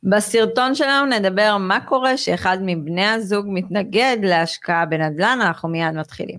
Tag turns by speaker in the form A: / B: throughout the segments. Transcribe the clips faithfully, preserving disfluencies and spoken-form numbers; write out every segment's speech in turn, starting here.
A: בסרטון שלנו נדבר מה קורה שאחד מבני הזוג מתנגד להשקעה בנדל"ן, אנחנו מיד מתחילים.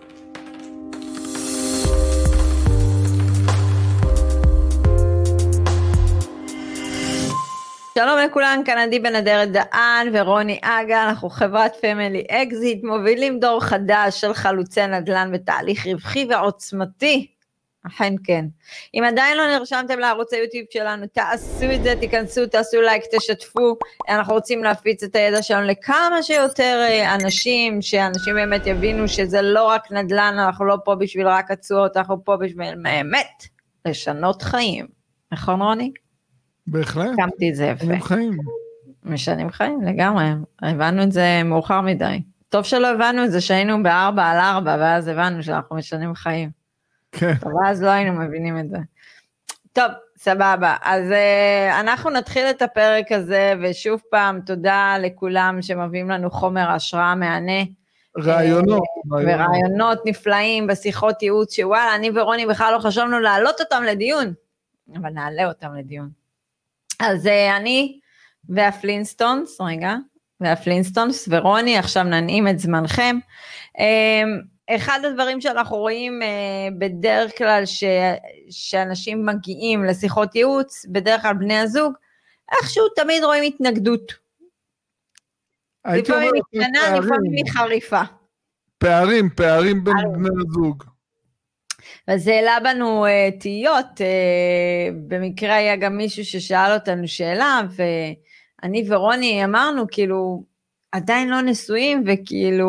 A: שלום לכולם, כאן עדי בן אדרת דהן ורוני אגה, אנחנו חברת פמילי אקזיט, מובילים דור חדש של חלוצי נדל"ן בתהליך רווחי ועוצמתי. אכן כן. אם עדיין לא נרשמתם לערוץ היוטיוב שלנו, תעשו את זה, תיכנסו, תעשו לייק, תשתפו. אנחנו רוצים להפיץ את הידע שלנו לכמה שיותר אנשים, שאנשים באמת יבינו שזה לא רק נדל"ן, אנחנו לא פה בשביל רק הצועות, אנחנו פה בשביל באמת לשנות חיים. נכון רוני?
B: בהחלט.
A: קמתי את זה יפה.
B: משנים חיים.
A: משנים חיים, לגמרי. הבנו את זה מאוחר מדי. טוב שלא הבנו את זה, שהיינו בארבע על ארבע, ואז הבנו שאנחנו משנים חיים.
B: כן.
A: טוב, אז לא היינו מבינים את זה. טוב, סבבה. אז uh, אנחנו נתחיל את הפרק הזה, ושוב פעם, תודה לכולם שמביאים לנו חומר השראה מענה.
B: רעיונות.
A: ורעיונות נפלאים בשיחות ייעוץ, שוואלה, אני ורוני בכלל לא חשבנו להעלות אותם לדיון, אבל נעלה אותם לדיון. אז uh, אני והפלינסטונס, רגע, והפלינסטונס ורוני, עכשיו ננעים את זמנכם. Um, אחד הדברים שאנחנו רואים uh, בדרך כלל ש, שאנשים מגיעים לשיחות ייעוץ, בדרך כלל בני הזוג, איכשהו תמיד רואים התנגדות. לפעמים היא קטנה, לפעמים היא חריפה.
B: פערים, פערים בין בני הזוג.
A: אז זה העלה בנו uh, תהיות, uh, במקרה היה גם מישהו ששאל אותנו שאלה, ואני ורוני אמרנו כאילו, עדיין לא נשואים, וכאילו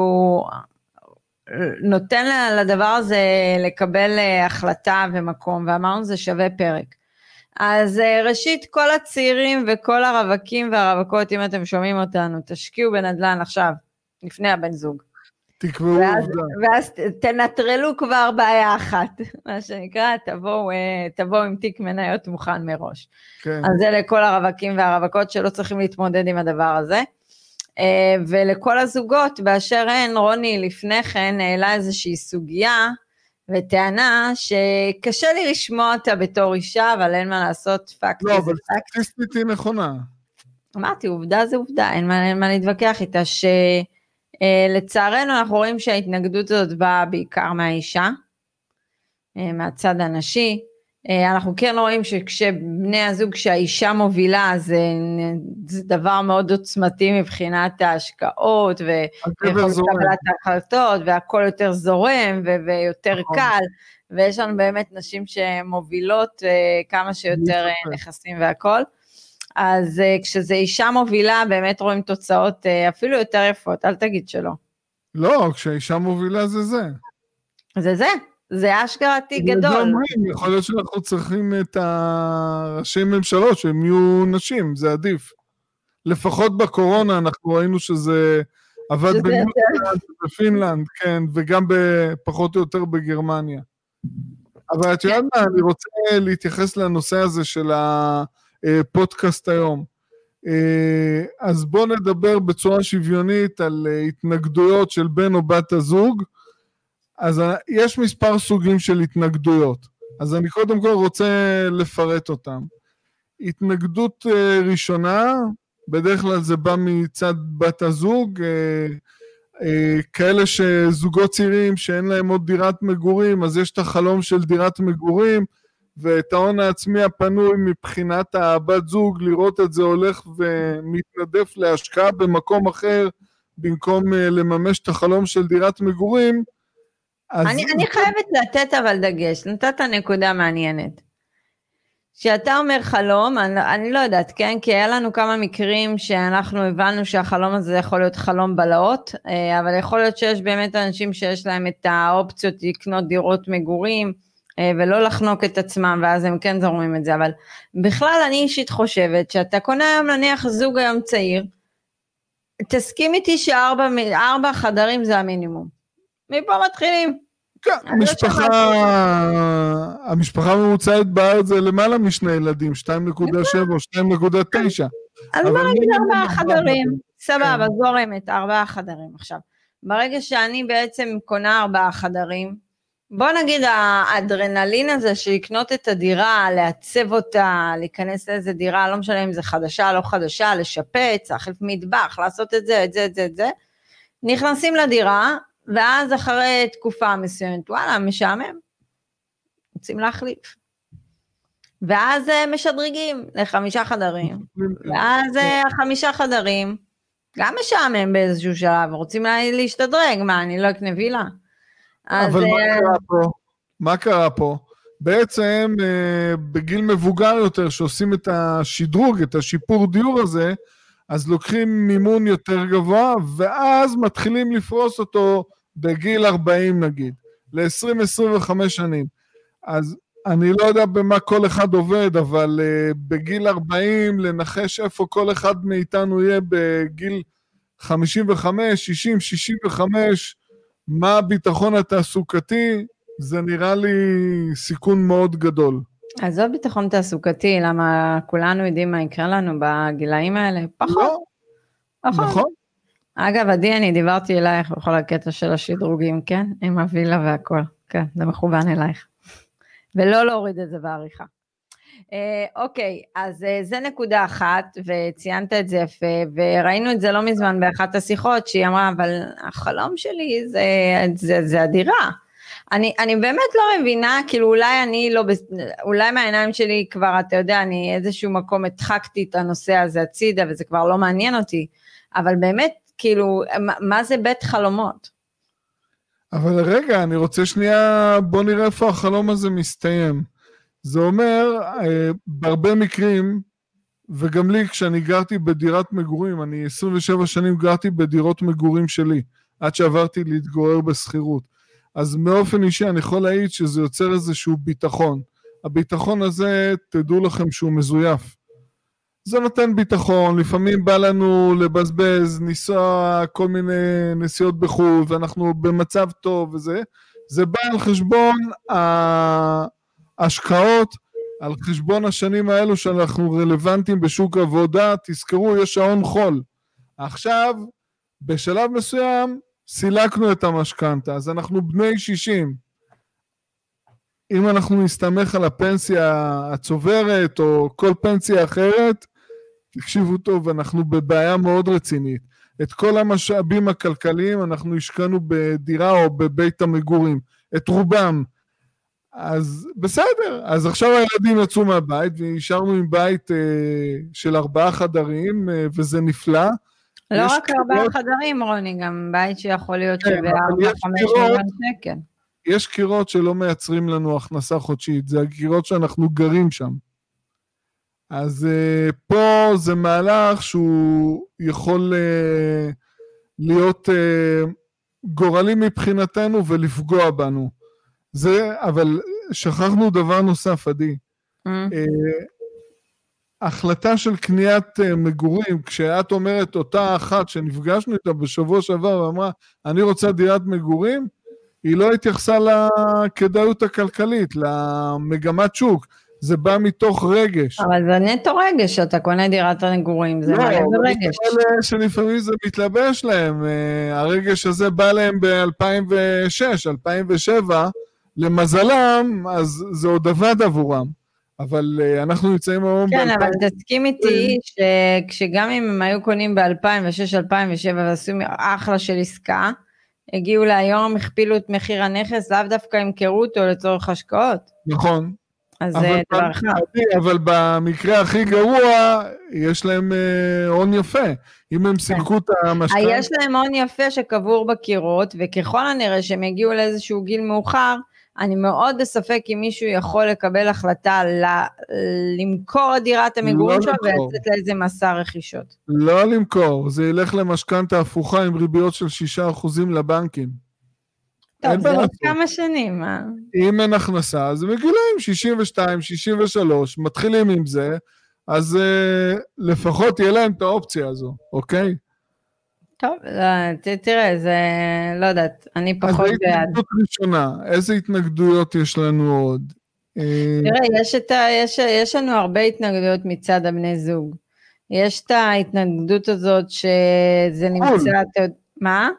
A: נותן לדבר הזה לקבל החלטה ומקום, ואמרנו זה שווה פרק. אז ראשית, כל הצעירים וכל הרווקים והרווקות, אם אתם שומעים אותנו, תשקיעו בנדל"ן עכשיו, לפני הבן זוג.
B: תקבעו
A: ואז,
B: עובדה.
A: ואז תנטרלו כבר בעיה אחת, מה שנקרא, תבואו, תבואו עם תיק מניות מוכן מראש.
B: כן.
A: אז זה לכל הרווקים והרווקות שלא צריכים להתמודד עם הדבר הזה. ולכל הזוגות באשר הן, רוני לפני כן העלה איזושהי סוגיה וטענה שקשה לי לשמוע אותה בתור אישה, אבל אין מה לעשות, פאקט.
B: לא, אבל סטטיסטית היא נכונה.
A: אמרתי, עובדה זה עובדה, אין מה, אין מה להתווכח איתה, שלצערנו אנחנו רואים שההתנגדות הזאת באה בעיקר מהאישה, מהצד הנשי. אנחנו כן רואים שכשבני הזוג שהאישה מובילה, זה, זה דבר מאוד עוצמתי מבחינת ההשקעות, ויכולת קבלת ההחלטות, והכל יותר זורם, ו- ויותר קל, ויש לנו באמת נשים שמובילות כמה שיותר נכסים והכל, אז כשזה אישה מובילה, באמת רואים תוצאות אפילו יותר יפות, אל תגיד שלא.
B: לא, כשהאישה מובילה זה זה.
A: זה זה. זה אשכרתי גדול.
B: יכול להיות שאנחנו צריכים את הראשי ממשלות, שהם יהיו נשים, זה עדיף. לפחות בקורונה אנחנו ראינו שזה עבד בניו-זילנד, בפינלנד, כן, וגם פחות או יותר בגרמניה. אבל את יודעת מה, אני רוצה להתייחס לנושא הזה של הפודקאסט היום. אז בואו נדבר בצורה שוויונית על התנגדויות של בן או בת הזוג, אז יש מספר סוגים של התנגדויות, אז אני קודם כל רוצה לפרט אותם. התנגדות ראשונה, בדרך כלל זה בא מצד בת הזוג, כאלה שזוגות צעירים שאין להם עוד דירת מגורים, אז יש את החלום של דירת מגורים, ואת ההון העצמי הפנוי מבחינת הבת זוג, לראות את זה הולך ומתנדף להשקעה במקום אחר, במקום לממש את החלום של דירת מגורים.
A: אני, אני חייבת לתת אבל דגש, נתת נקודה מעניינת. שאתה אומר חלום, אני, אני לא יודעת, כן? כי היה לנו כמה מקרים שאנחנו הבנו שהחלום הזה יכול להיות חלום בלהות, אבל יכול להיות שיש באמת אנשים שיש להם את האופציות לקנות דירות מגורים, ולא לחנוק את עצמם, ואז הם כן זורמים את זה, אבל בכלל אני אישית חושבת, שאתה קונה היום נניח זוג היום צעיר, תסכים איתי שארבע ארבע חדרים זה המינימום. מפה מתחילים.
B: כן, המשפחה, המשפחה הממוצעת בארץ זה למעלה משני ילדים, שתיים נקודה שבע או שתיים נקודה תשע.
A: אז בוא נגיד ארבעה חדרים, סבבה, זורמת, ארבעה חדרים עכשיו. ברגע שאני בעצם קונה ארבעה חדרים, בוא נגיד, האדרנלין הזה שיקנות את הדירה, לעצב אותה, להיכנס לאיזה דירה, לא משנה אם זה חדשה, לא חדשה, לשפץ, להחליף מטבח, לעשות את זה, את זה, את זה, את זה, נכנסים לדירה, ואז אחרי תקופה מסוימת, וואלה, משעמם, רוצים להחליף. ואז משדרגים לחמישה חדרים, ואז החמישה חדרים, גם משעמם באיזשהו שלב, רוצים להשתדרג, מה, אני לא אקנה וילה.
B: אבל מה קרה פה? מה קרה פה? בעצם בגיל מבוגר יותר, שעושים את השדרוג, את השיפור דיור הזה, אז לוקחים מימון יותר גבוה, ואז מתחילים לפרוס אותו בגיל ארבעים נגיד, ל-עשרים עד עשרים וחמש שנים. אז אני לא יודע במה כל אחד עובד, אבל uh, בגיל ארבעים, לנחש איפה כל אחד מאיתנו יהיה בגיל חמישים וחמש, שישים, שישים וחמש, מה הביטחון התעסוקתי, זה נראה לי סיכון מאוד גדול.
A: אז זו ביטחון תעסוקתי, למה כולנו יודעים מה יקרה לנו בגילאים האלה? פחות.
B: לא.
A: נכון.
B: נכון.
A: אגב, עדי, אני דיברתי אלייך בכל הקטע של השדרוגים, כן? עם הווילה והכל. כן, זה מכוון אלייך. ולא להוריד את זה בעריכה. אוקיי, אז זה נקודה אחת, וציינת את זה יפה, וראינו את זה לא מזמן באחת השיחות, שהיא אמרה, אבל החלום שלי זה, זה, זה הדירה. אני, אני באמת לא מבינה, כאילו אולי אני לא, אולי מהעיניים שלי כבר, אתה יודע, אני איזשהו מקום הדחקתי את הנושא הזה הצידה, וזה כבר לא מעניין אותי, אבל באמת, כאילו, מה זה בית חלומות?
B: אבל רגע, אני רוצה שנייה, בוא נראה איפה החלום הזה מסתיים. זה אומר, בהרבה מקרים, וגם לי כשאני גרתי בדירת מגורים, אני עשרים ושבע שנים גרתי בדירות מגורים שלי, עד שעברתי להתגורר בסחירות. אז מאופן אישי אני יכול להעיד שזה יוצר איזשהו ביטחון. הביטחון הזה, תדעו לכם שהוא מזויף. זה נותן ביטחון, לפעמים בא לנו לבזבז, ניסוע כל מיני נסיעות בחו"ל, ואנחנו במצב טוב וזה, זה בא על חשבון ההשקעות, על חשבון השנים האלו שאנחנו רלוונטיים בשוק עבודה, תזכרו, יש שעון חול. עכשיו, בשלב מסוים, סילקנו את המשכנתה, אז אנחנו בני שישים. אם אנחנו נסתמך על הפנסיה הצוברת, או כל פנסיה אחרת, תקשיבו טוב, אנחנו בבעיה מאוד רצינית. את כל המשאבים הכלכליים אנחנו השקענו בדירה או בבית המגורים, את רובם. אז בסדר, אז עכשיו הילדים יצאו מהבית, והשארנו עם בית אה, של ארבעה חדרים, אה, וזה נפלא.
A: לא רק ארבעה חדרים, רוני, גם בית שיכול להיות שווה ארבע, חמש מיליון שקל.
B: יש קירות שלא מייצרים לנו הכנסה חודשית, זה הקירות שאנחנו גרים שם. אז uh, פה זה מהלך שהוא יכול uh, להיות uh, גורלי מבחינתנו ולפגוע בנו. זה, אבל שכחנו דבר נוסף, עדי. Mm. Uh, החלטה של קניית uh, מגורים, כשאת אומרת אותה אחת שנפגשנו איתה בשבוע שעבר ואמרה, אני רוצה דירת מגורים, היא לא התייחסה לכדאיות הכלכלית, למגמת שוק. זה בא מתוך רגש.
A: אבל זה נטו רגש, אתה קונה דירת המגורים, זה מלא ברגש.
B: לא, שלפעמים זה מתלבש להם, הרגש הזה בא להם ב-אלפיים ושש, אלפיים ושבע, למזלם, אז זה עוד עבד עבורם. אבל אנחנו נמצאים היום...
A: כן, אבל תסכים איתי, שכשגם אם הם היו קונים ב-אלפיים ושש אלפיים ושבע, ועשו אחלה של עסקה, הגיעו להיום, הכפילו את מחיר הנכס, לאו דווקא ימכרו אותו לצורך השקעות.
B: נכון.
A: אז זה דבר אחד.
B: אבל במקרה הכי גרוע, יש להם הון יפה. אם הם סילקו את המשכנתא...
A: יש להם הון יפה שקבור בקירות, וככל הנראה שהם הגיעו לאיזשהו גיל מאוחר, אני מאוד בספק אם מישהו יכול לקבל החלטה למכור את דירת המגורים שלו, ולצאת לאיזה מסע רכישות.
B: לא למכור, זה ילך למשכנתא הפוכה עם ריביות של שישה אחוזים לבנקים.
A: טוב, זה עוד כמה שנים, אה?
B: אם אין הכנסה, אז הם מגיעים שישים ושתיים, שישים ושלוש, מתחילים עם זה, אז uh, לפחות יהיה להם את האופציה הזו, אוקיי?
A: טוב, לא, תראה, זה, לא יודעת, אני פחות בעד.
B: אז ההתנגדות ראשונה, איזה התנגדויות יש לנו עוד?
A: תראה, יש, את ה, יש, יש לנו הרבה התנגדויות מצד הבני זוג. יש את ההתנגדות הזאת שזה נמצא, מה?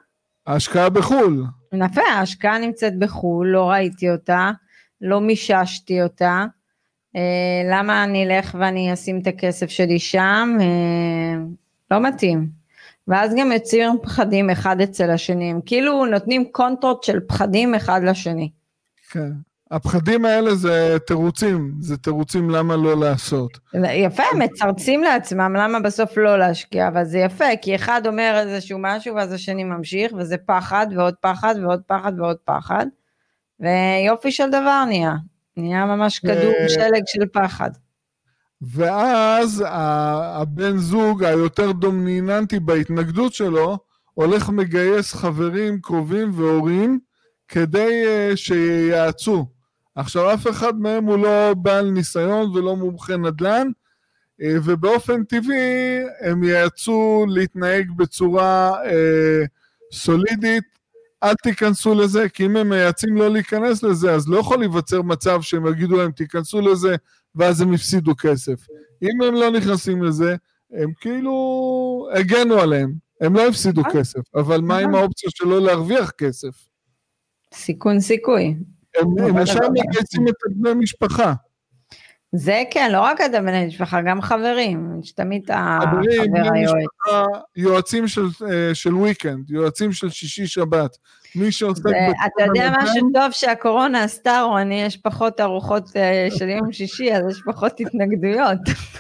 B: ההשקעה בחול.
A: נפה, ההשקעה נמצאת בחול, לא ראיתי אותה, לא מיששתי אותה, למה אני אלך ואני אשים את הכסף שלי שם, לא מתאים. ואז גם יוצאים פחדים אחד אצל השני, הם כאילו נותנים קונטרות של פחדים אחד לשני.
B: כן, הפחדים האלה זה תירוצים, זה תירוצים למה לא לעשות.
A: יפה, הם מצרצים לעצמם, למה בסוף לא להשקיע, אבל זה יפה, כי אחד אומר איזשהו משהו, ואז השני ממשיך, וזה פחד, ועוד פחד, ועוד פחד, ועוד פחד, ויופי של דבר נהיה, נהיה ממש כדור שלג של פחד.
B: ואז הבן זוג היותר דומיננטי בהתנגדות שלו, הולך מגייס חברים קרובים והורים, כדי שיעצו. עכשיו אף אחד מהם הוא לא בעל ניסיון ולא מומחה נדל"ן, ובאופן טבעי הם יעצו להתנהג בצורה אה, סולידית, אל תיכנסו לזה, כי אם הם מייעצים לא להיכנס לזה, אז לא יכול להיווצר מצב שהם יגידו להם תיכנסו לזה, ואז הם יפסידו כסף. אם הם לא נכנסים לזה, הם כאילו הגנו עליהם, הם לא הפסידו כסף, אבל מה עם האופציה שלא להרוויח כסף?
A: סיכון סיכוי.
B: הם ישר מגייסים את בני משפחה.
A: זה כן, לא רק את בני משפחה, גם חברים, שתמיד החבר היועץ.
B: יועצים של וויקנד, יועצים של שישי שבת. מי שעוסק...
A: אתה יודע משהו טוב שהקורונה עשתה, או אני, יש פחות ארוחות של יום שישי, אז יש פחות התנגדויות.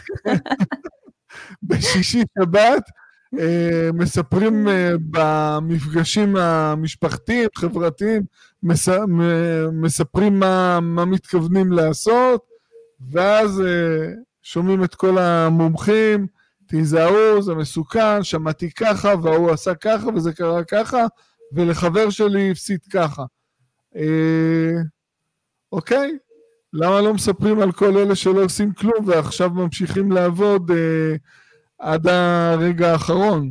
A: בשישי
B: שבת, מספרים במפגשים המשפחתיים, חברתיים, מספרים מה מתכוונים לעשות, ואז שומעים את כל המומחים, תיזהרו, זה מסוכן, שמעתי ככה, והוא עשה ככה, וזה קרה ככה, ולחבר שלי הפסיד ככה. אוקיי? למה לא מספרים על כל אלה שלא עושים כלום, ועכשיו ממשיכים לעבוד עד הרגע האחרון?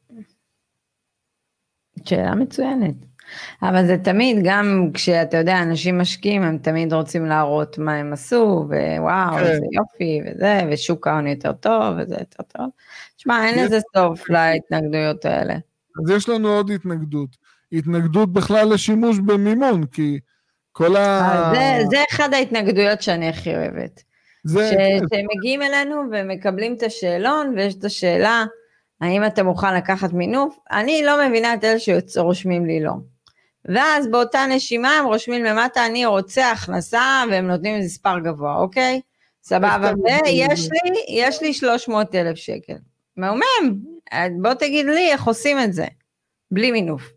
A: שאלה מצוינת. אבל זה תמיד, גם כשאתה יודע, אנשים משקיעים, הם תמיד רוצים להראות מה הם עשו, ווואו, כן. איזה יופי, וזה, ושוק ההון יותר טוב, וזה יותר טוב. תשמע, אין לזה סוף להתנגדויות האלה.
B: אז יש לנו עוד התנגדות. התנגדות בכלל לשימוש במימון, כי כל ה...
A: זה, זה אחד ההתנגדויות שאני הכי אוהבת. זה... שהם מגיעים אלינו ומקבלים את השאלון, ויש את השאלה, האם אתה מוכן לקחת מינוף? אני לא מבינה את אלה שרושמים לי לא. ואז באותה נשימה הם רושמים למטה, אני רוצה הכנסה, והם נותנים איזה ספר גבוה, אוקיי? סבבה, ויש לי, יש לי שלוש מאות אלף שקל. מעומם, בוא תגיד לי איך עושים את זה, בלי מינוף.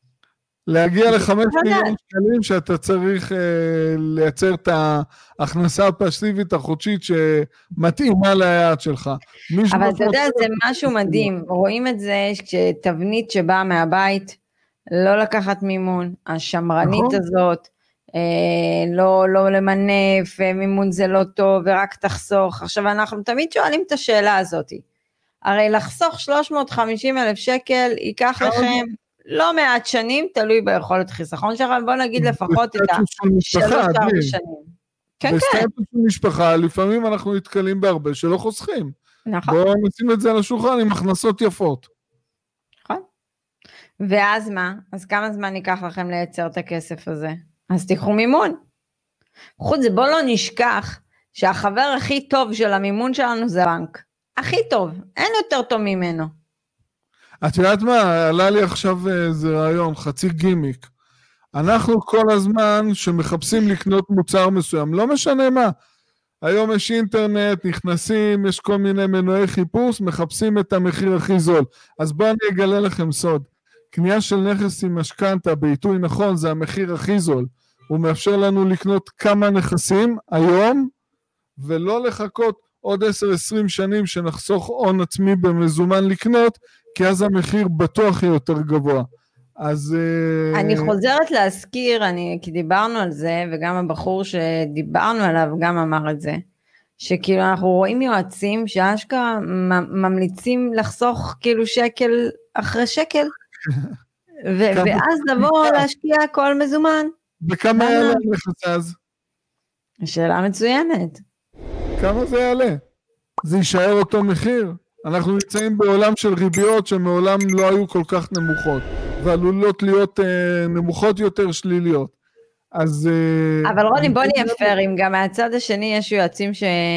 B: להגיע לחמש מיליון שקלים שאתה צריך uh, לייצר את ההכנסה הפסיבית החודשית שמתאימה ליעד שלך.
A: אבל אתה יודע, זה משהו מדהים, רואים את זה כשתבנית שבאה מהבית, לא לקחת מימון, השמרנית הזאת, אה, לא, לא למנף, מימון זה לא טוב, ורק תחסוך. עכשיו אנחנו תמיד שואלים את השאלה הזאת, הרי לחסוך שלוש מאות וחמישים אלף שקל, ייקח לכם לא מעט שנים, תלוי ביכולת חיסכון שלך, בוא נגיד לפחות את השלוש ארבע שנים. כן, כן.
B: בסטטוס של משפחה, לפעמים אנחנו נתקלים בהרבה שלא חוסכים. נכון. בואו נשים את זה על השולחן עם הכנסות יפות.
A: נכון. ואז מה? אז כמה זמן ייקח לכם לייצר את הכסף הזה? אז תיקחו מימון. חוץ זה, בוא לא נשכח שהחבר הכי טוב של המימון שלנו זה הבנק. הכי טוב, אין יותר טוב ממנו.
B: את יודעת מה, עלה לי עכשיו איזה רעיון, חצי גימיק. אנחנו כל הזמן שמחפשים לקנות מוצר מסוים, לא משנה מה. היום יש אינטרנט, נכנסים, יש כל מיני מנועי חיפוש, מחפשים את המחיר הכי זול. אז בואו אני אגלה לכם סוד. קנייה של נכס עם משכנתה בעיתוי נכון, זה המחיר הכי זול. הוא מאפשר לנו לקנות כמה נכסים היום, ולא לחכות עוד עשר עשרים שנים שנחסוך הון עצמי במזומן לקנות, כי אז המחיר בטוח יהיה יותר גבוה. אז...
A: אני חוזרת להזכיר, אני, כי דיברנו על זה, וגם הבחור שדיברנו עליו גם אמר את זה, שכאילו אנחנו רואים יועצים שאשכרה ממליצים לחסוך כאילו שקל אחרי שקל, ו- ואז לבוא להשקיע כל מזומן.
B: וכמה יעלה נכס אז?
A: שאלה מצוינת.
B: כמה זה יעלה? זה יישאר אותו מחיר? אנחנו נמצאים בעולם של ריביות שמעולם לא היו כל כך נמוכות. ועלולות להיות נמוכות יותר, שליליות. אז...
A: אבל רוני, בוא נהיה פיירים, גם מהצד השני יש יועצים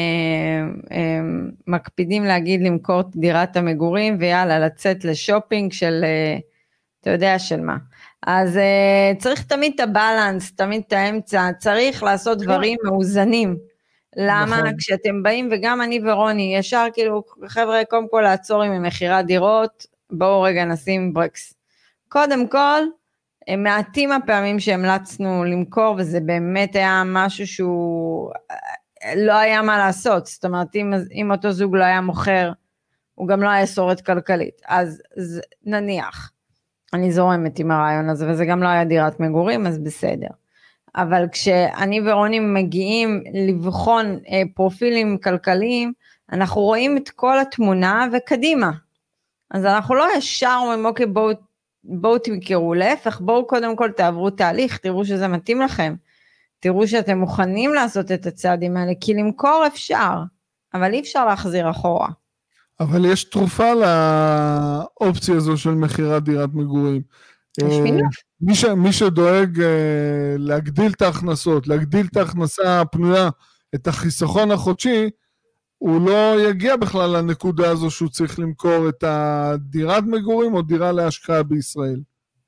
A: שמקפידים להגיד למכור את דירת המגורים, ויאללה, לצאת לשופינג של, אתה יודע של מה. אז צריך תמיד את הבלנס, תמיד את האמצע, צריך לעשות דברים מאוזנים. למה? כשאתם באים, וגם אני ורוני, ישר כאילו, חבר'ה, קודם כל לעצור עם מחירת דירות, בואו רגע נשים ברקס. קודם כל, הם מעטים הפעמים שהמלצנו למכור, וזה באמת היה משהו שהוא לא היה מה לעשות, זאת אומרת, אם, אם אותו זוג לא היה מוכר, הוא גם לא היה שורד כלכלית, אז, אז נניח, אני זורמת עם הרעיון הזה, וזה גם לא היה דירת מגורים, אז בסדר. אבל כשאני ורוני מגיעים לבחון אה, פרופילים כלכליים, אנחנו רואים את כל התמונה וקדימה. אז אנחנו לא ישר אומרים, אוקיי, בואו, בואו תמכרו, להפך, בואו קודם כל תעברו תהליך, תראו שזה מתאים לכם, תראו שאתם מוכנים לעשות את הצעדים האלה, כי למכור אפשר, אבל אי אפשר להחזיר אחורה.
B: אבל יש תרופה לאופציה הזו של מחירת דירת מגורים. מי, ש, מי שדואג להגדיל את ההכנסות, להגדיל את ההכנסה הפנויה, את החיסכון החודשי, הוא לא יגיע בכלל לנקודה הזו שהוא צריך למכור את הדירת מגורים או דירה להשקעה בישראל.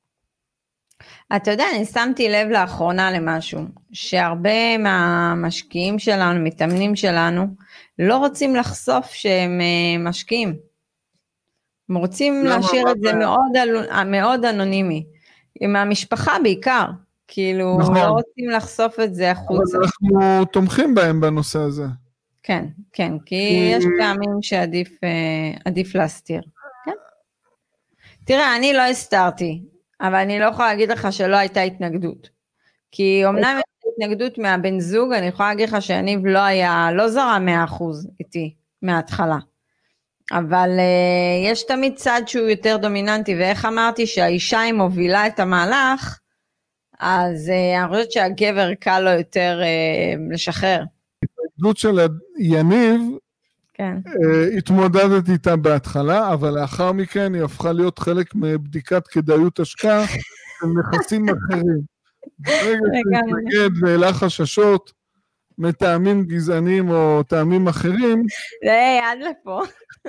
A: אתה יודע, אני שמתי לב לאחרונה למשהו, שהרבה מהמשקיעים שלנו, מתאמנים שלנו, לא רוצים לחשוף שהם משקיעים. הם רוצים להשאיר את זה מאוד, מאוד אנונימי. עם המשפחה בעיקר, כאילו, נכון. לא רוצים לחשוף את זה החוצה.
B: אבל אנחנו תומכים בהם בנושא הזה.
A: כן, כן, כי יש פעמים שעדיף עדיף להסתיר. כן? תראה, אני לא הסתרתי, אבל אני לא יכולה להגיד לך שלא הייתה התנגדות. כי אמנם יש התנגדות מהבן זוג, אני יכולה להגיד לך שהניב לא היה, לא זרה מאה אחוז איתי מההתחלה. אבל uh, יש תמיד צד שהוא יותר דומיננטי, ואיך אמרתי שהאישה היא מובילה את המהלך, אז uh, אני חושבת שהגבר קל לו יותר uh, לשחרר.
B: ההתנגדות של יניב,
A: כן.
B: uh, התמודדת איתה בהתחלה, אבל לאחר מכן היא הפכה להיות חלק מבדיקת כדאיות השקעה, של נכסים אחרים. ברגע שהתנגד ואלה חששות, מטעמים גזעניים או טעמים אחרים.
A: זה עד לפה.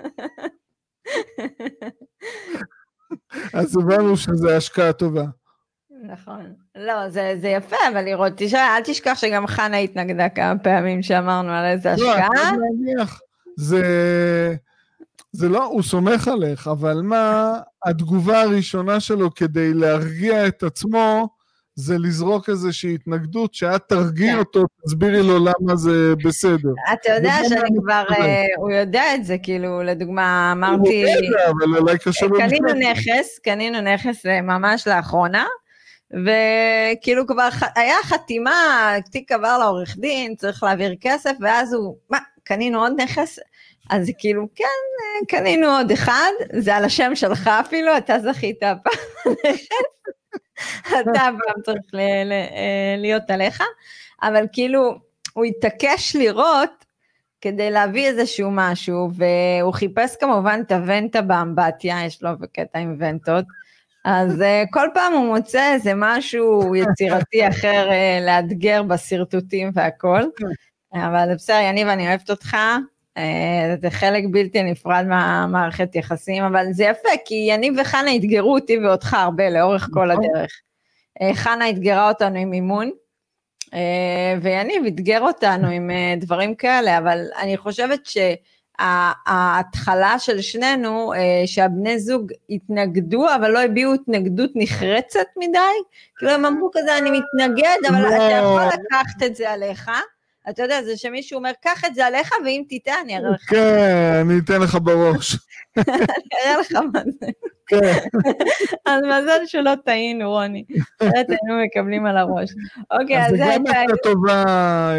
B: אז הבנו שזה השקעה טובה.
A: נכון. לא, זה, זה יפה, אבל לראות, תשאל, אל תשכח שגם חנה התנגדה כמה פעמים שאמרנו על איזה השקעה.
B: לא, זה, זה לא, הוא סומך עליך, אבל מה, התגובה הראשונה שלו כדי להרגיע את עצמו, זה לזרוק איזושהי התנגדות, שאת תרגיע אותו, תסבירי לו למה זה בסדר.
A: אתה יודע שאני כבר, הוא יודע את זה, כאילו, לדוגמה, אמרתי, קנינו נכס, קנינו נכס ממש לאחרונה, וכאילו כבר היה חתימה, תיק עבר לעורך דין, צריך להעביר כסף, ואז הוא, מה, קנינו עוד נכס? אז כאילו, כן, קנינו עוד אחד, זה על השם שלך אפילו, אתה זכית פעם נכס, אתה פעם צריך להיות עליך, אבל כאילו הוא התעקש לראות כדי להביא איזשהו משהו, והוא חיפש כמובן את הוונטה באמבטיה, יש לו בקטע עם ונטות, אז כל פעם הוא מוצא איזה משהו יצירתי אחר לאתגר בסרטוטים והכל, אבל בסדר יניב, אני אוהבת אותך, זה חלק בלתי נפרד מהמערכת יחסים, אבל זה יפה, כי יניב וחנה התגרו אותי ואותך הרבה לאורך כל הדרך. חנה התגרה אותנו עם אימון, ויניב התגר אותנו עם דברים כאלה, אבל אני חושבת שההתחלה של שנינו, שהבני זוג התנגדו, אבל לא הביאו התנגדות נחרצת מדי, כאילו הם אמרו כזה, אני מתנגד, אבל אתה יכול לקחת את זה עליך, אתה יודע, זה שמישהו אומר, קח את זה עליך, ואם תיתה, אני אראה לך.
B: כן, אני אתן לך בראש.
A: אני אראה לך מה זה. כן. אז מזל שלא טעינו, רוני. אחרת היינו מקבלים על הראש. אוקיי, אז זה הייתה...
B: אז זה גם הייתה טובה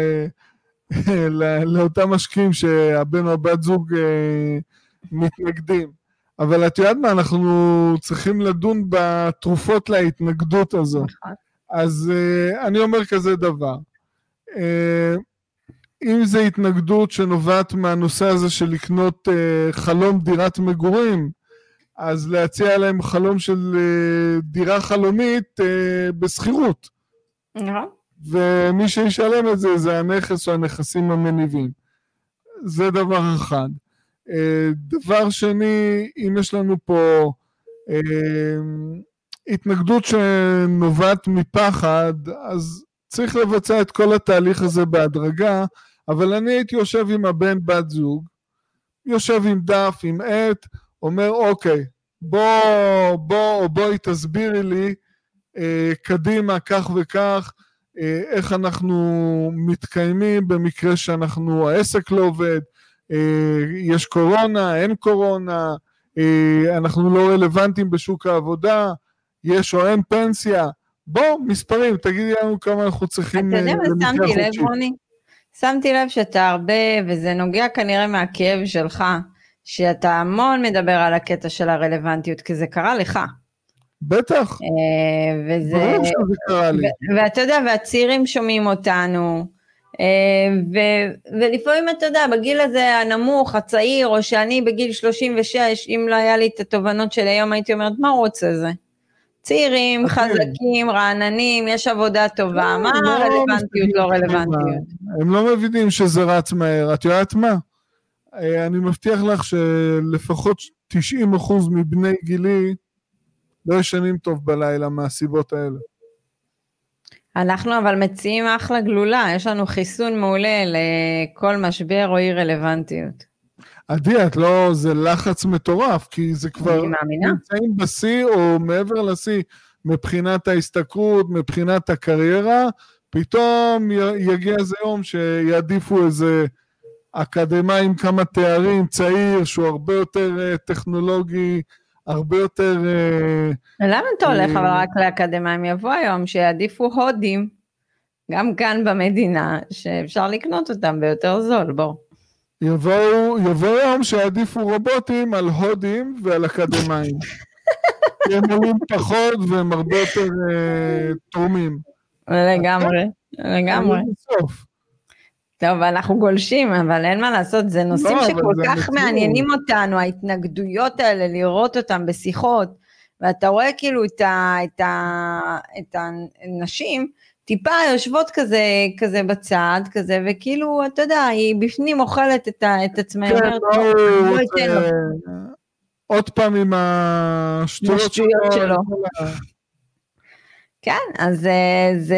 B: לאותם משקיעים שהבן או הבת זוג מתנגדים. אבל את יודעת מה, אנחנו צריכים לדון בתרופות להתנגדות הזו. אז אני אומר כזה דבר. אם זה התנגדות שנובעת מהנושא הזה של לקנות חלום דירת מגורים, אז להציע להם חלום של דירה חלומית בסחירות.
A: נכון.
B: ומי שישלם את זה, זה הנכס או הנכסים המניבים. זה דבר אחד. דבר שני, אם יש לנו פה התנגדות שנובעת מפחד, אז צריך לבצע את כל התהליך הזה בהדרגה, אבל אני הייתי יושב עם הבן בת זוג, יושב עם דף, עם עט, אומר אוקיי, בוא, בוא, בואי תסבירי לי, אה, קדימה כך וכך, אה, איך אנחנו מתקיימים במקרה שאנחנו, העסק לא עובד, אה, יש קורונה, אין קורונה, אה, אנחנו לא רלוונטיים בשוק העבודה, יש או אין פנסיה, בוא, מספרים, תגידי לנו כמה אנחנו צריכים.
A: אתה יודע מה, שמתי לב, רוני? שמתי לב שאתה הרבה, וזה נוגע כנראה מהכאב שלך, שאתה המון מדבר על הקטע של הרלוונטיות, כי זה קרה לך.
B: בטח.
A: וזה...
B: ברור שזה קרה לי.
A: ואתה יודע, והצעירים שומעים אותנו, ולפעמים אתה יודע, בגיל הזה הנמוך, הצעיר, או שאני בגיל שלושים ושש, אם לא היה לי את התובנות של היום, הייתי אומרת, מה רוצה זה? צעירים, חזקים, רעננים, יש עבודה טובה, מה רלוונטיות, לא רלוונטיות?
B: הם לא מבינים שזה רץ מהר, את יודעת מה? אני מבטיח לך שלפחות תשעים אחוז מבני גילי לא ישנים טוב בלילה מהסיבות האלה.
A: אנחנו אבל מציעים אחלה גלולה, יש לנו חיסון מעולה לכל משבר או אי רלוונטיות.
B: עדי, את לא, זה לחץ מטורף, כי זה כבר נמצאים בסי או מעבר לסי, מבחינת ההסתכרות, מבחינת הקריירה, פתאום יגיע איזה יום שיעדיפו איזה אקדמי עם כמה תארים, צעיר, שהוא הרבה יותר טכנולוגי, הרבה יותר...
A: למה אתה הולך אבל רק לאקדמיים? יבוא היום שיעדיפו הודים, גם כאן במדינה, שאפשר לקנות אותם ביותר זול, בוא.
B: יבואו, יבואו יום שיעדיפו רובוטים על הודים ועל אקדמיים. הם עולים פחות והם הרבה יותר uh, תורמים.
A: לגמרי, לגמרי. טוב, אנחנו גולשים, אבל אין מה לעשות, זה נושאים לא, שכל כך נציב. מעניינים אותנו, ההתנגדויות האלה, לראות אותם בשיחות, ואתה רואה כאילו את, ה, את, ה, את הנשים, טיפה יושבות כזה, כזה בצד, כזה, וכאילו, אתה יודע, היא בפנים אוכלת את, ה, את עצמה,
B: כן,
A: אומרת,
B: לא, לא ייתן לו. עוד פעם עם השטויות שלו. שלו.
A: כן, אז זה,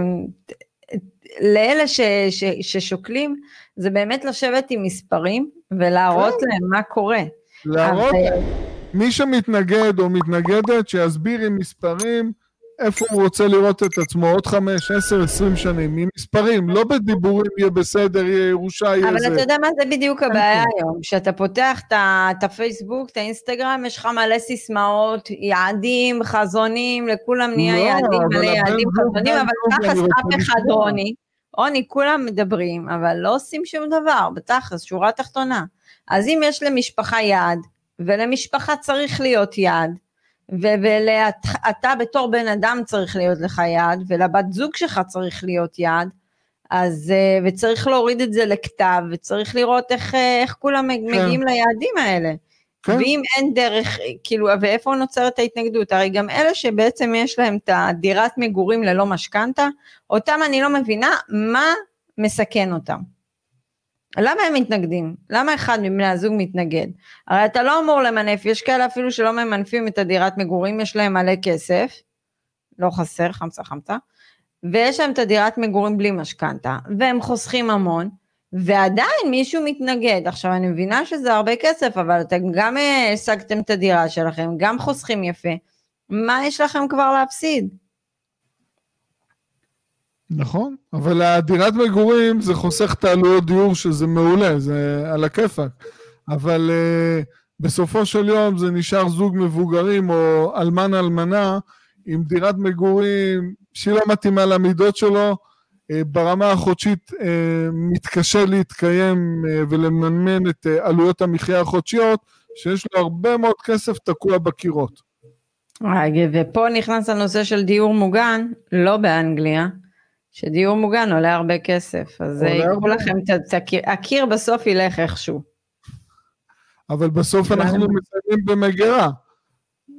A: לאלה ש, ש, ששוקלים, זה באמת לשבת עם מספרים, ולהראות כן. להם מה קורה.
B: להראות, אז, מי שמתנגד או מתנגדת, שיסביר עם מספרים, איפה הוא רוצה לראות את עצמו עוד חמש, עשר, עשרים שנים, עם מספרים, לא בדיבורים, יהיה בסדר, יהיה ירושה, יהיה
A: אבל
B: זה.
A: אבל אתה יודע מה זה בדיוק הבעיה היום, שאתה פותח את הפייסבוק, את האינסטגרם, יש לך מלא סיסמאות, יעדים, חזונים, לכולם נהיה לא, יעדים, מלא יעדים, חזונים, אבל תכלס אף אחד רוני, רוני, כולם מדברים, אבל לא עושים שום דבר, בתכלס, שורה תחתונה. אז אם יש למשפחה יעד, ולמשפחה צריך להיות יעד, ואתה בתור בן אדם צריך להיות לך יעד, ולבת זוג שלך צריך להיות יעד, אז, וצריך להוריד את זה לכתב, וצריך לראות איך, איך כולם מגיעים כן. ליעדים האלה. כן. ואם אין דרך, כאילו, ואיפה נוצרת ההתנגדות? הרי גם אלה שבעצם יש להם את הדירת מגורים ללא משכנתה, אותם אני לא מבינה מה מסכן אותם. למה הם מתנגדים? למה אחד מבני הזוג מתנגד? הרי אתה לא אמור למנף, יש כאלה אפילו שלא ממנפים את הדירת מגורים, יש להם מלא כסף, לא חסר, חמצה חמצה, ויש להם את הדירת מגורים בלי משכנתה, והם חוסכים המון, ועדיין מישהו מתנגד. עכשיו אני מבינה שזה הרבה כסף, אבל אתם גם השגתם את הדירה שלכם, גם חוסכים יפה, מה יש לכם כבר להפסיד?
B: נכון, אבל הדירת מגורים זה חוסך את העלויות דיור שזה מעולה, זה על הכיפק, אבל uh, בסופו של יום זה נשאר זוג מבוגרים או אלמן אלמנה עם דירת מגורים שהיא לא מתאימה למידות שלו, uh, ברמה החודשית uh, מתקשה להתקיים uh, ולמנמן את uh, עלויות המחיה החודשיות, שיש לו הרבה מאוד כסף תקוע בקירות.
A: ופה נכנס הנושא של דיור מוגן, לא באנגליה, שדיור מוגן עולה הרבה כסף, אז יקחו לכם, הקיר בסוף ילך איכשהו.
B: אבל בסוף אנחנו מסיימים במגירה,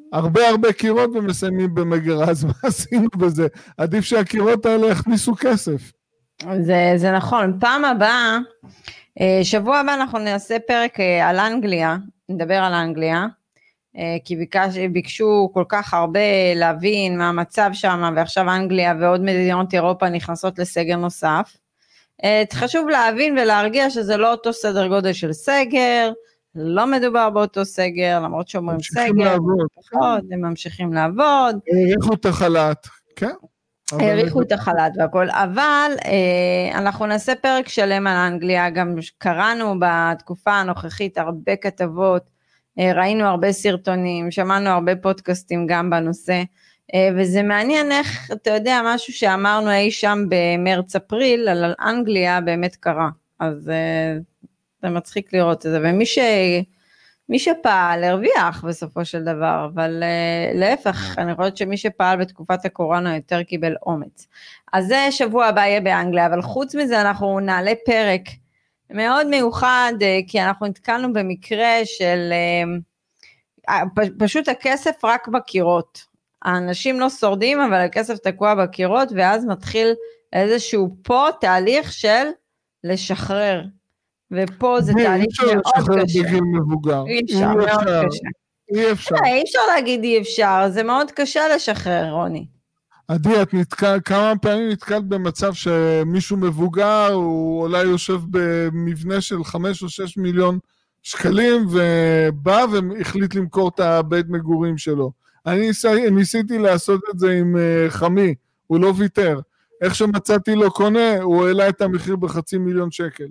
B: הרבה הרבה קירות ומסיימים במגירה, אז מה עשינו בזה? עדיף שהקירות האלה יכניסו כסף. זה,
A: זה נכון, פעם הבאה, שבוע הבא אנחנו נעשה פרק על אנגליה, נדבר על אנגליה, כי ביקש, ביקשו כל כך הרבה להבין מה המצב שם, ועכשיו אנגליה ועוד מדינות אירופה נכנסות לסגר נוסף. חשוב להבין ולהרגיע שזה לא אותו סדר גודל של סגר, לא מדובר באותו סגר, למרות שאומרים סגר, הם ממשיכים לעבוד.
B: האריכו את החל"ת, כן.
A: האריכו את החל"ת והכל, אבל אה, אנחנו נעשה פרק שלם על אנגליה, גם קראנו בתקופה הנוכחית הרבה כתבות, אה, ראינו הרבה סרטונים, שמענו הרבה פודקאסטים גם בנושא, אה, וזה מעניין איך, אתה יודע, משהו שאמרנו אי שם במרץ אפריל, על אנגליה באמת קרה, אז אה, זה מצחיק לראות את זה, ומי ש... מי שפעל הרוויח בסופו של דבר, אבל uh, להפך, אני חושבת שמי שפעל בתקופת הקורונה יותר קיבל אומץ. אז זה שבוע הבא יהיה באנגליה, אבל חוץ מזה אנחנו נעלה פרק מאוד מיוחד, uh, כי אנחנו נתקלנו במקרה של uh, פ- פשוט הכסף רק בקירות. האנשים לא שורדים, אבל הכסף תקוע בקירות, ואז מתחיל איזשהו פה תהליך של לשחרר. ופה זה תהליך מאוד קשה.
B: בגיל מבוגר.
A: אי אפשר, מאוד קשה.
B: אי אפשר.
A: אי אפשר להגיד אי אפשר, זה מאוד קשה לשחרר, רוני.
B: עדי, את נתקל, כמה פעמים נתקלת במצב שמישהו מבוגר, הוא אולי יושב במבנה של חמש או שש מיליון שקלים, ובא והחליט למכור את הבית מגורים שלו. אני ניסיתי לעשות את זה עם חמי, הוא לא ויתר. איך שמצאתי לו קונה, הוא העלה את המחיר בחצי מיליון שקל.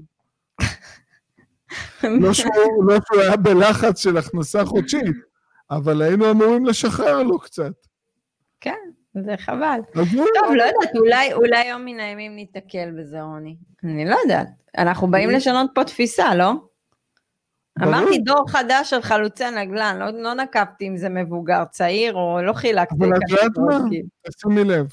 B: לא שהוא, לא שהוא היה בלחץ של הכנסה חודשית, אבל היינו אמורים לשחרר לו קצת.
A: כן, זה חבל. טוב, לא יודעת, אולי, אולי יום מן הימים ניתקל בזה, רוני. אני לא יודעת. אנחנו באים לשנות פה תפיסה, לא? אמרתי דור חדש של חלוצי נגלן, לא, לא נקבתי אם זה מבוגר, צעיר, או לא חילקתי.
B: אבל את יודעת מה? תשימי לב.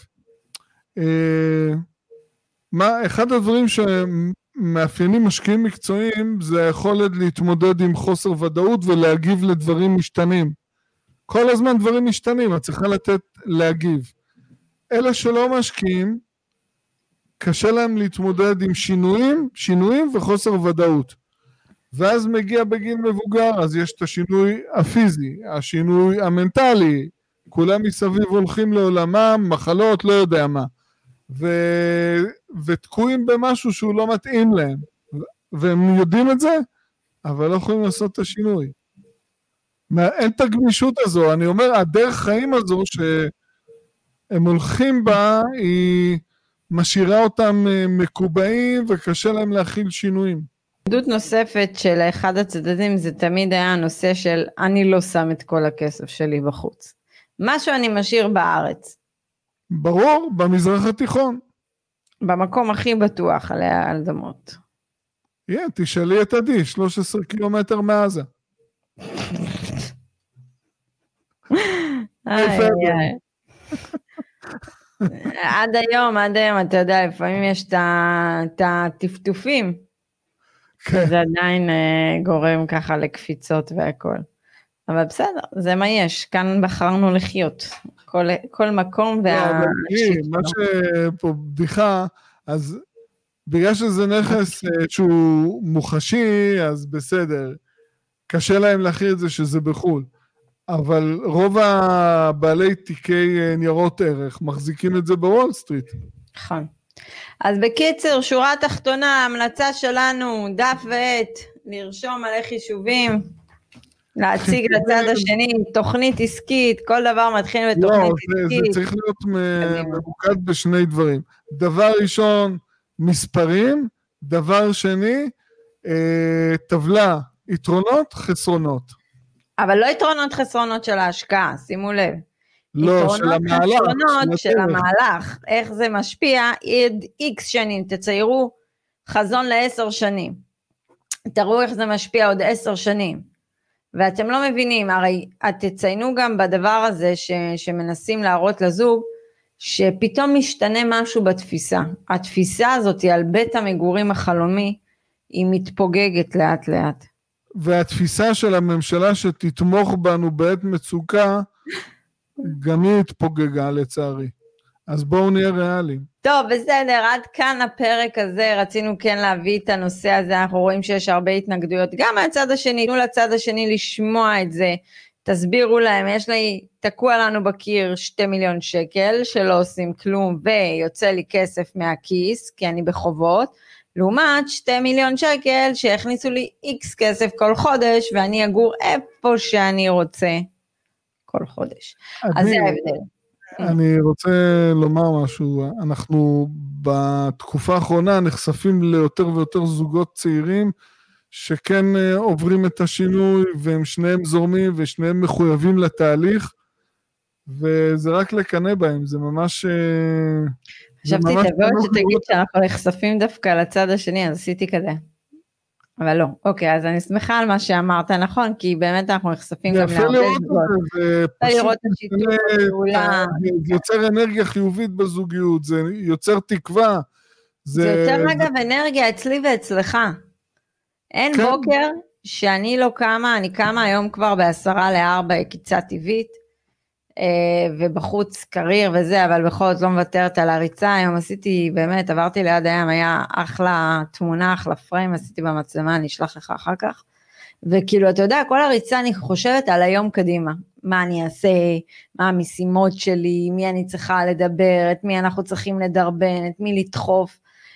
B: מה, אחד הדברים שמאפיינים משקיעים מקצועיים, זה היכולת להתמודד עם חוסר ודאות ולהגיב לדברים משתנים. כל הזמן דברים משתנים, את צריכה לתת להגיב. אלה שלא משקיעים, קשה להם להתמודד עם שינויים, שינויים וחוסר ודאות. ואז מגיע בגיל מבוגר, אז יש את השינוי הפיזי, השינוי המנטלי, כולם מסביב הולכים לעולמם, מחלות, לא יודע מה. ו... ותקועים במשהו שהוא לא מתאים להם. והם יודעים את זה, אבל לא יכולים לעשות את השינוי. אין את הגמישות הזו, אני אומר, הדרך חיים הזו שהם הולכים בה, היא משאירה אותם מקובעים וקשה להם להכיל שינויים.
A: עדות נוספת של אחד הצדדים זה תמיד היה הנושא של אני לא שם את כל הכסף שלי בחוץ. משהו אני משאיר בארץ.
B: ברור, במזרח התיכון.
A: במקום הכי בטוח עלי האדמות.
B: yeah, תשאלי את עדי, שלושה עשר קילומטר מעזה.
A: עד היום, עד היום, אתה יודע, לפעמים יש את הטפטופים, זה עדיין גורם ככה לקפיצות והכל. אבל בסדר, זה מה יש, כאן בחרנו לחיות, כל, כל מקום והשיט.
B: מה שפה בדיחה, אז בגלל שזה נכס שהוא מוחשי, אז בסדר, קשה להם להכיר את זה שזה בחול, אבל רוב הבעלי תיקי ניירות ערך מחזיקים את זה בוול סטריט.
A: נכון. אז בקיצר, שורה תחתונה, המלצה שלנו, דף ועט, לרשום מלא חישובים, להציג לצד השני, תוכנית עסקית, כל דבר מתחיל בתוכנית
B: לא, עסקית. זה, זה צריך להיות ממוקד בשני דברים. דבר ראשון, מספרים, דבר שני, אה, טבלה, יתרונות, חסרונות.
A: אבל לא יתרונות חסרונות של ההשקעה, שימו לב.
B: לא, של המהלך.
A: יתרונות של המהלך, איך זה משפיע, עד איקס שנים, תציירו חזון לעשר שנים. תראו איך זה משפיע עוד עשר שנים. ואתם לא מבינים, הרי תציינו גם בדבר הזה ש, שמנסים להראות לזוג, שפתאום משתנה משהו בתפיסה. התפיסה הזאת על בית המגורים החלומי, היא מתפוגגת לאט לאט.
B: והתפיסה של הממשלה שתתמוך בנו בעת מצוקה, גם היא התפוגגה לצערי. אז בואו נהיה ריאליים.
A: טוב, בסדר, עד כאן הפרק הזה, רצינו כן להביא את הנושא הזה, אנחנו רואים שיש הרבה התנגדויות, גם מהצד השני, תנו לצד השני לשמוע את זה, תסבירו להם, יש לי, תקוע לנו בקיר שתי מיליון שקל, שלא עושים כלום, ויוצא לי כסף מהכיס, כי אני בחובות, לעומת שתי מיליון שקל, שהכניסו לי איקס כסף כל חודש, ואני אגור איפה שאני רוצה, כל חודש. אז זה ההבדל.
B: אני רוצה לומר משהו, אנחנו בתקופה האחרונה נחשפים ליותר ויותר זוגות צעירים, שכן עוברים את השינוי, והם שניהם זורמים, ושניהם מחויבים לתהליך, וזה רק לקנה בהם, זה ממש...
A: חשבתי, תבוא שתגיד שאנחנו נחשפים דווקא לצד השני, אז עשיתי כזה. אבל לא, אוקיי, אז אני שמחה על מה שאמרת, נכון, כי באמת אנחנו נחשפים גם להרבה זוגות.
B: זה לראות את השיתוף פעולה. זה יוצר אנרגיה חיובית בזוגיות, זה יוצר תקווה.
A: זה יוצר אגב אנרגיה אצלי ואצלך. אין בוקר שאני לא קמה, אני קמה היום כבר בעשרה לארבע קיצה טבעית, ובחוץ קריר וזה, אבל בכל זאת לא מוותרת על הריצה, היום עשיתי, באמת, עברתי ליד הים, היה אחלה תמונה, אחלה פריים, עשיתי במצלמה, אני אשלח לך אחר כך, וכאילו, אתה יודע, כל הריצה אני חושבת על היום קדימה, מה אני אעשה, מה המשימות שלי, מי אני צריכה לדבר, את מי אנחנו צריכים לדרבן, את מי לדחוף,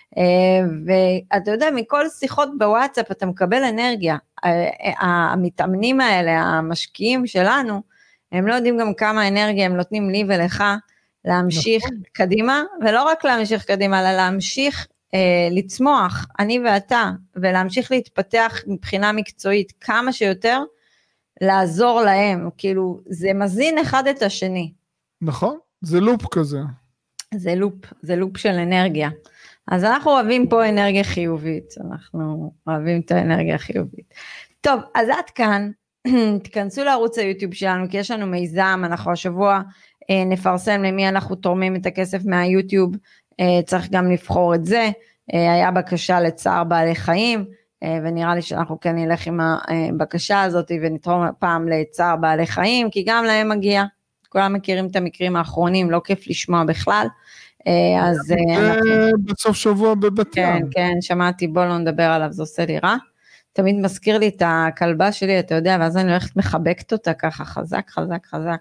A: ואתה יודע, מכל שיחות בוואטסאפ אתה מקבל אנרגיה, המתאמנים האלה, המשקיעים שלנו, הם לא יודעים גם כמה אנרגיה הם נותנים לי ולך להמשיך נכון. קדימה, ולא רק להמשיך קדימה, אלא להמשיך אה, לצמוח, אני ואתה, ולהמשיך להתפתח מבחינה מקצועית, כמה שיותר לעזור להם, כאילו זה מזין אחד את השני.
B: נכון, זה לופ כזה.
A: זה לופ, זה לופ של אנרגיה. אז אנחנו אוהבים פה אנרגיה חיובית, אנחנו אוהבים את האנרגיה החיובית. טוב, אז עד כאן, תכנסו לערוץ היוטיוב שלנו, כי יש לנו מיזם, אנחנו השבוע אה, נפרסם למי אנחנו תורמים את הכסף מהיוטיוב, אה, צריך גם לבחור את זה, אה, היה בקשה לצער בעלי חיים, אה, ונראה לי שאנחנו כן נלך עם הבקשה הזאת, ונתרום פעם לצער בעלי חיים, כי גם להם מגיע, כולם מכירים את המקרים האחרונים, לא כיף לשמוע בכלל, אה, אז...
B: אה, אנחנו... בסוף שבוע בבת ים.
A: כן, כן, שמעתי, בוא לא נדבר עליו, זה עושה לי רע. תמיד מזכיר לי את הכלבה שלי, אתה יודע, ואז אני הולכת מחבקת אותה ככה, חזק, חזק, חזק.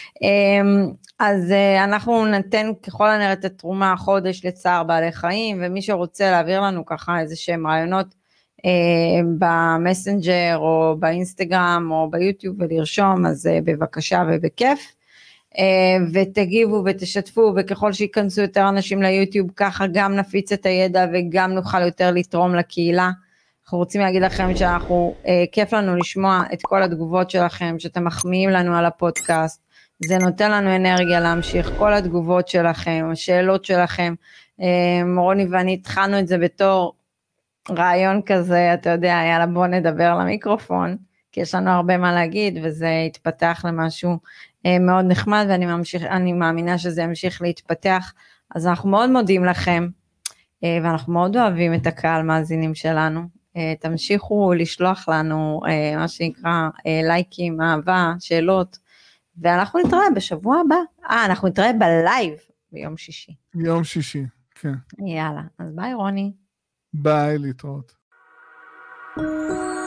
A: אז אנחנו נתן ככל הנראה את התרומה החודש לצער בעלי חיים, ומי שרוצה להעביר לנו ככה איזה שהם רעיונות במסנג'ר, או באינסטגרם, או ביוטיוב, ולרשום, אז בבקשה ובכיף. ותגיבו ותשתפו, וככל שיכנסו יותר אנשים ליוטיוב, ככה גם נפיץ את הידע, וגם נוכל יותר לתרום לקהילה. אנחנו רוצים להגיד לכם שאנחנו, אה, כיף לנו לשמוע את כל התגובות שלכם, שאתם מחמיאים לנו על הפודקאסט, זה נותן לנו אנרגיה להמשיך, כל התגובות שלכם, השאלות שלכם, אה, רוני ואני התחלנו את זה בתור רעיון כזה, אתה יודע, יאללה בוא נדבר למיקרופון, כי יש לנו הרבה מה להגיד, וזה יתפתח למשהו אה, מאוד נחמד, ואני ממשיך, אני מאמינה שזה ימשיך להתפתח, אז אנחנו מאוד מודים לכם, אה, ואנחנו מאוד אוהבים את הקהל מאזינים שלנו, תמשיכו לשלוח לנו מה שנקרא לייקים, אהבה, שאלות, ואנחנו נתראה בשבוע הבא. אה, אנחנו נתראה בלייב ביום שישי.
B: יום שישי, כן.
A: יאללה, אז ביי רוני.
B: ביי, להתראות.